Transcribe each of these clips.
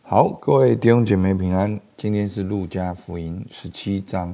好，各位弟兄姐妹平安。今天是路加福音17章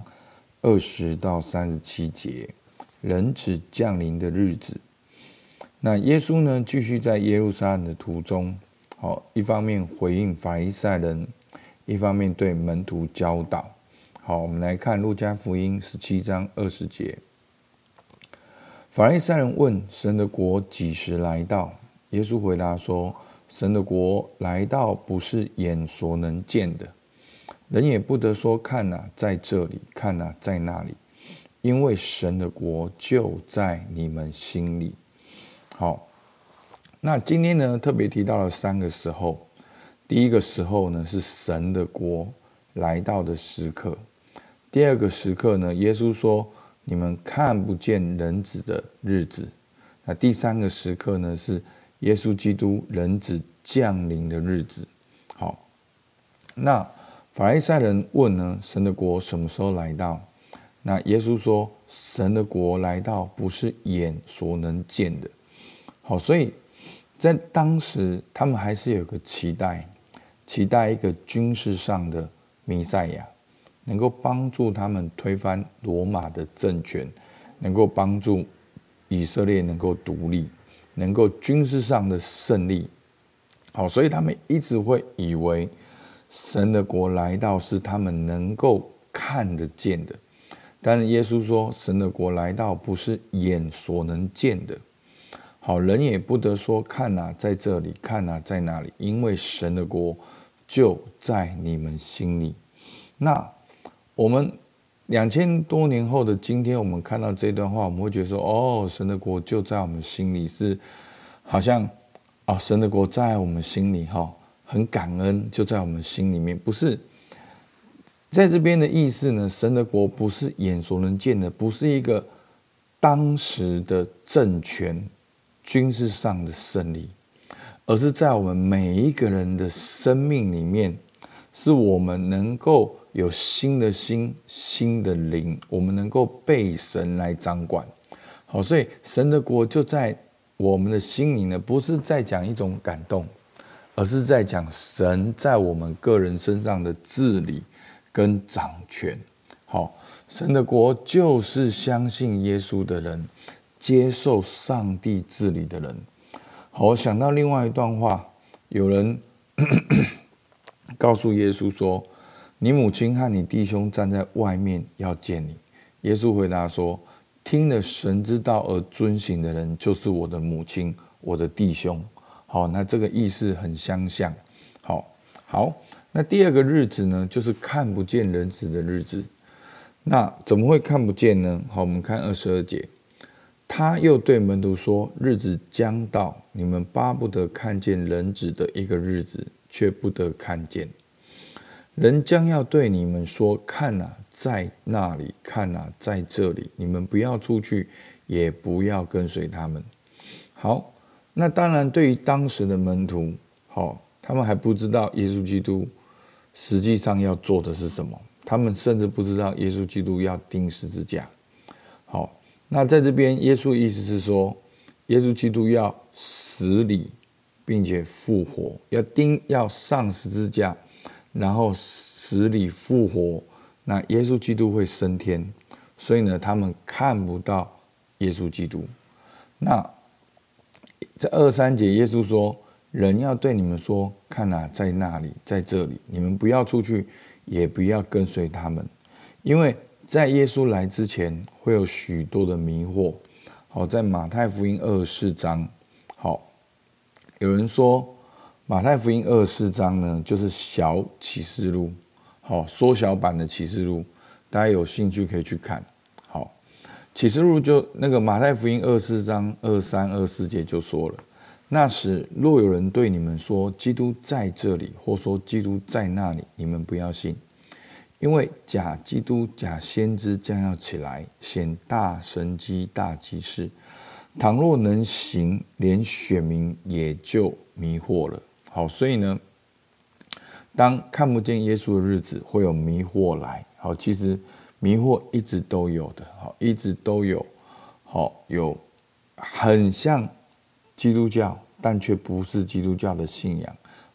20到37节，人子降临的日子。那耶稣呢，继续在耶路撒冷的途中，一方面回应法利赛人，一方面对门徒教导。好，我们来看路加福音17章20节。法利赛人问：神的国几时来到？耶稣回答说：神的国来到，不是眼所能见的，人也不得说看啊，在这里，看啊，在那里，因为神的国就在你们心里。好，那今天呢，特别提到了3个时候。第一个时候呢，是神的国来到的时刻。第二个时刻呢，耶稣说你们看不见人子的日子。那第3个时刻呢，是耶稣基督人子降临的日子。好，那法利赛人问呢，神的国什么时候来到？那耶稣说，神的国来到，不是眼所能见的。好，所以在当时他们还是有个期待一个军事上的弥赛亚，能够帮助他们推翻罗马的政权，能够帮助以色列能够独立，能够军事上的胜利。好，所以他们一直会以为神的国来到是他们能够看得见的。但是耶稣说，神的国来到不是眼所能见的。好，人也不得说看啊，在这里，看啊，在那里，因为神的国就在你们心里。那我们2000多年后的今天，我们看到这段话，我们会觉得说，神的国就在我们心里，是好像神的国在我们心里，很感恩，就在我们心里面。不是，在这边的意思呢，神的国不是眼所能见的，不是一个当时的政权军事上的胜利，而是在我们每一个人的生命里面，是我们能够有新的心、新的灵，我们能够被神来掌管。好，所以神的国就在我们的心里呢，不是在讲一种感动，而是在讲神在我们个人身上的治理跟掌权。好，神的国就是相信耶稣的人，接受上帝治理的人。好，我想到另外一段话，有人告诉耶稣说，你母亲和你弟兄站在外面要见你。耶稣回答说，听了神之道而遵行的人，就是我的母亲，我的弟兄。好，那这个意思很相像。好，那第二个日子呢，就是看不见人子的日子。那怎么会看不见呢？好，我们看22节。他又对门徒说，日子将到，你们巴不得看见人子的一个日子，却不得看见。人将要对你们说，看啊，在那里，看啊，在这里，你们不要出去，也不要跟随他们。好，那当然对于当时的门徒，他们还不知道耶稣基督实际上要做的是什么，他们甚至不知道耶稣基督要钉十字架。好，那在这边耶稣的意思是说，耶稣基督要死里并且复活，要上十字架，然后死里复活，那耶稣基督会升天。所以呢，他们看不到耶稣基督。那在23节，耶稣说，人要对你们说，看啊，在那里，在这里，你们不要出去，也不要跟随他们。因为在耶稣来之前，会有许多的迷惑。好，在马太福音24章，有人说马太福音24章呢，就是小启示录，缩小版的启示录，大家有兴趣可以去看。好，启示录就那个马太福音24章23、24节就说了，那时若有人对你们说基督在这里，或说基督在那里，你们不要信，因为假基督、假先知将要起来，显大神迹、大奇事。倘若能行，连选民也就迷惑了。好，所以呢，当看不见耶稣的日子，会有迷惑来。好，其实迷惑一直都有的，一直都有，有很像基督教，但却不是基督教的信仰，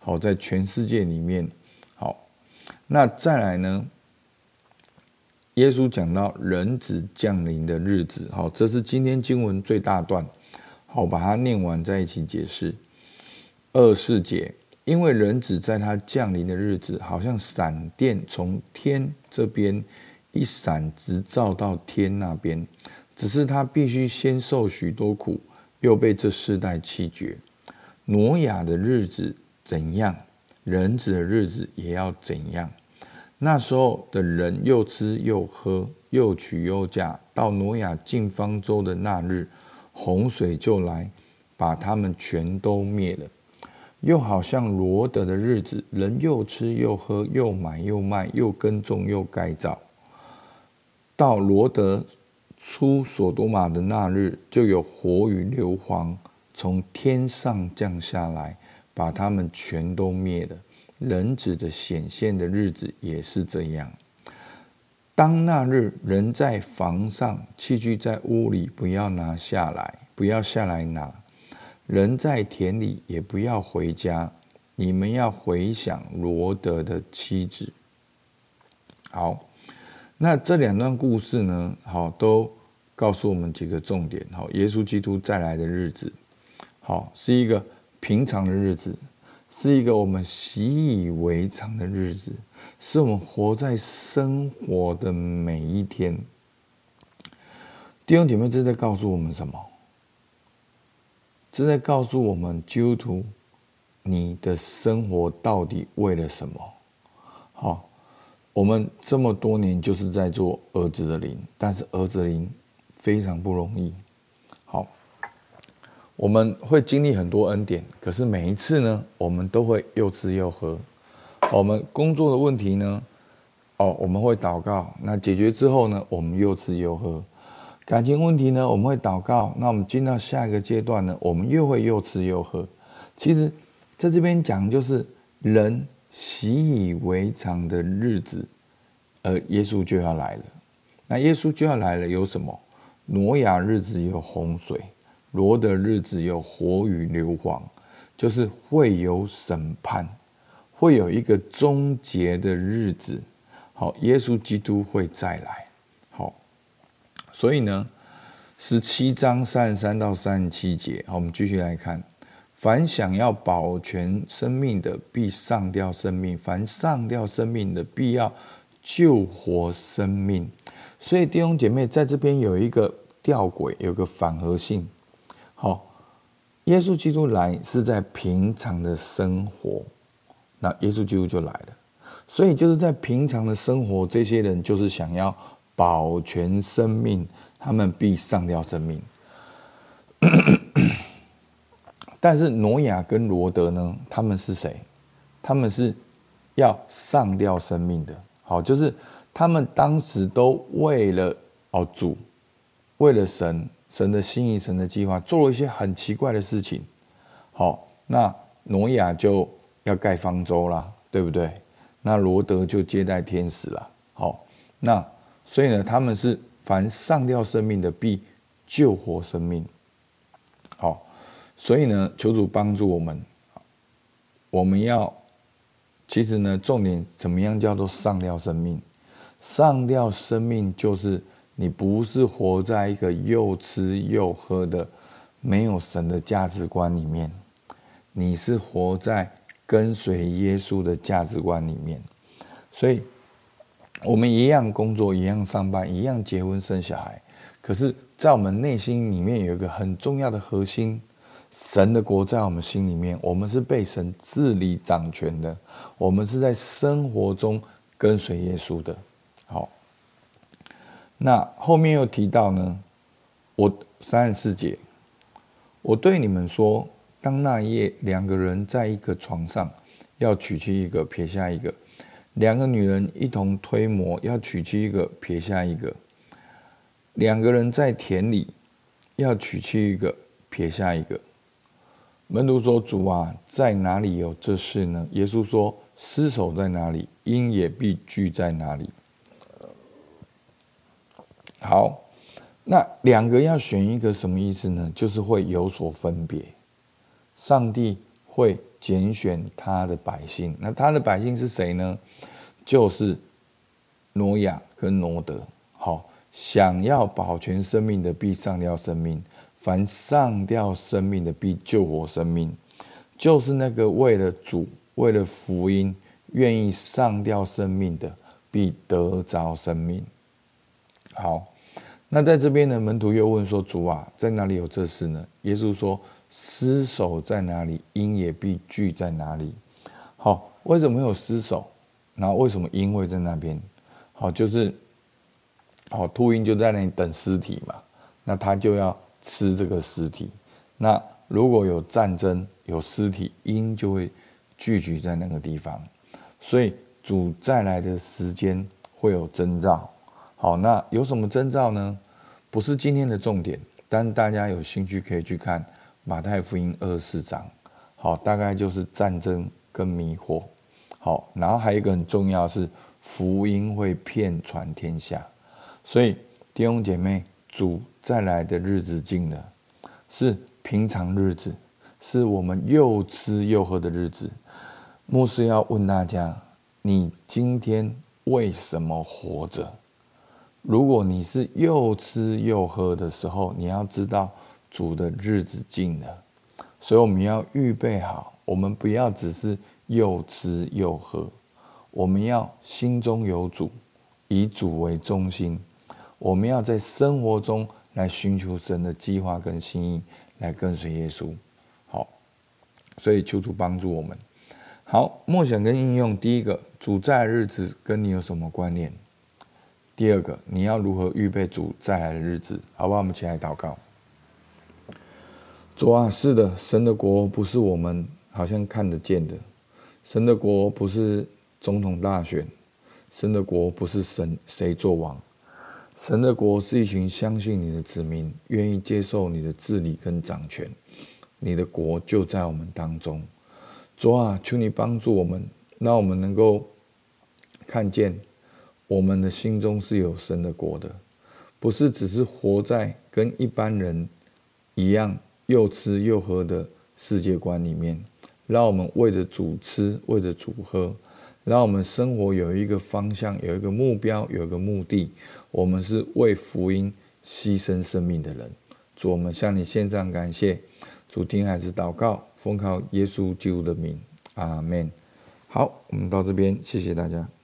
好，在全世界里面。好，那再来呢，耶稣讲到人子降临的日子。好，这是今天经文最大段。好，把它念完在一起解释。24节，因为人子在他降临的日子，好像闪电从天这边一闪，直照到天那边。只是他必须先受许多苦，又被这世代弃绝。挪亚的日子怎样，人子的日子也要怎样。那时候的人又吃又喝，又娶又嫁。到挪亚进方舟的那日，洪水就来，把他们全都灭了。又好像罗得的日子，人又吃又喝，又买又卖，又耕种又改造。到罗得出所多玛的那日，就有火与硫磺从天上降下来，把他们全都灭了。人子的显现的日子也是这样。当那日，人在房上，器具在屋里，不要下来拿。人在田里，也不要回家。你们要回想罗得的妻子。好，那这两段故事呢，好，都告诉我们几个重点。好，耶稣基督再来的日子，好，是一个平常的日子，是一个我们习以为常的日子，是我们活在生活的每一天。弟兄姐妹，这在告诉我们什么？这在告诉我们基督徒，你的生活到底为了什么？好，我们这么多年就是在做儿子的灵，但是儿子的灵非常不容易。好，我们会经历很多恩典，可是每一次呢，我们都会又吃又喝。我们工作的问题呢，我们会祷告，那解决之后呢，我们又吃又喝。感情问题呢，我们会祷告，那我们进到下一个阶段呢，我们又会又吃又喝。其实在这边讲就是人习以为常的日子，耶稣就要来了。那耶稣就要来了，有什么？挪亚日子有洪水，罗得日子有火与硫磺，就是会有审判，会有一个终结的日子。好，耶稣基督会再来。好，所以呢，17章33到37节，好，我们继续来看。凡想要保全生命的，必上吊生命；凡上吊生命的，必要救活生命。所以弟兄姐妹，在这边有一个吊诡，有个反合性。好，耶稣基督来是在平常的生活，那耶稣基督就来了。所以就是在平常的生活，这些人就是想要保全生命，他们必上吊生命。但是挪亚跟罗得呢，他们是谁？他们是要上吊生命的。好，就是他们当时都为了主，为了神的心意、神的计划，做了一些很奇怪的事情。好，那挪亚就要盖方舟啦，对不对？那罗得就接待天使啦。好，那所以呢，他们是凡上吊生命的，必救活生命。好，所以呢，求主帮助我们。我们要，其实呢，重点怎么样叫做上吊生命？上吊生命就是你不是活在一个又吃又喝的没有神的价值观里面，你是活在跟随耶稣的价值观里面。所以我们一样工作，一样上班，一样结婚生小孩，可是在我们内心里面有一个很重要的核心，神的国在我们心里面，我们是被神治理掌权的，我们是在生活中跟随耶稣的。好，那后面又提到呢，34节，我对你们说，当那夜两个人在一个床上，要取去一个，撇下一个；两个女人一同推磨，要取去一个，撇下一个；两个人在田里，要取去一个，撇下一个。门徒说：主啊，在哪里有这事呢？耶稣说：尸首在哪里，鹰也必聚在哪里。好，那两个要选一个什么意思呢？就是会有所分别。上帝会拣选他的百姓。那他的百姓是谁呢？就是挪亚跟挪德。好，想要保全生命的必上吊生命，凡上吊生命的必救活生命。就是那个为了主、为了福音愿意上吊生命的，必得着生命。好，那在这边呢，门徒又问说：主啊，在哪里有这事呢？耶稣说：尸首在哪里，鹰也必聚在哪里。好，为什么会有尸首？然后为什么鹰会在那边？好，就是秃鹰就在那里等尸体嘛，那他就要吃这个尸体。那如果有战争有尸体，鹰就会聚集在那个地方。所以主再来的时间会有征兆。好，那有什么征兆呢？不是今天的重点，但大家有兴趣可以去看马太福音24章。好，大概就是战争跟迷惑。好，然后还有一个很重要的是福音会遍传天下。所以弟兄姐妹，主再来的日子近了，是平常日子，是我们又吃又喝的日子。牧师要问大家，你今天为什么活着？如果你是又吃又喝的时候，你要知道主的日子近了。所以我们要预备好，我们不要只是又吃又喝，我们要心中有主，以主为中心。我们要在生活中来寻求神的计划跟心意，来跟随耶稣。好，所以求主帮助我们。好，默想跟应用。第一个，主再来的日子跟你有什么关联？第二个，你要如何预备主再来的日子？好不好？我们起来祷告。主啊，是的，神的国不是我们好像看得见的，神的国不是总统大选，神的国不是谁做王，神的国是一群相信你的子民，愿意接受你的治理跟掌权。你的国就在我们当中。主啊，求你帮助我们，让我们能够看见我们的心中是有神的国的，不是只是活在跟一般人一样又吃又喝的世界观里面。让我们为着主吃，为着主喝，让我们生活有一个方向，有一个目标，有一个目的。我们是为福音牺牲生命的人。主，我们向你献上感谢。主，听孩子祷告，奉靠耶稣基督的名，阿们。好，我们到这边，谢谢大家。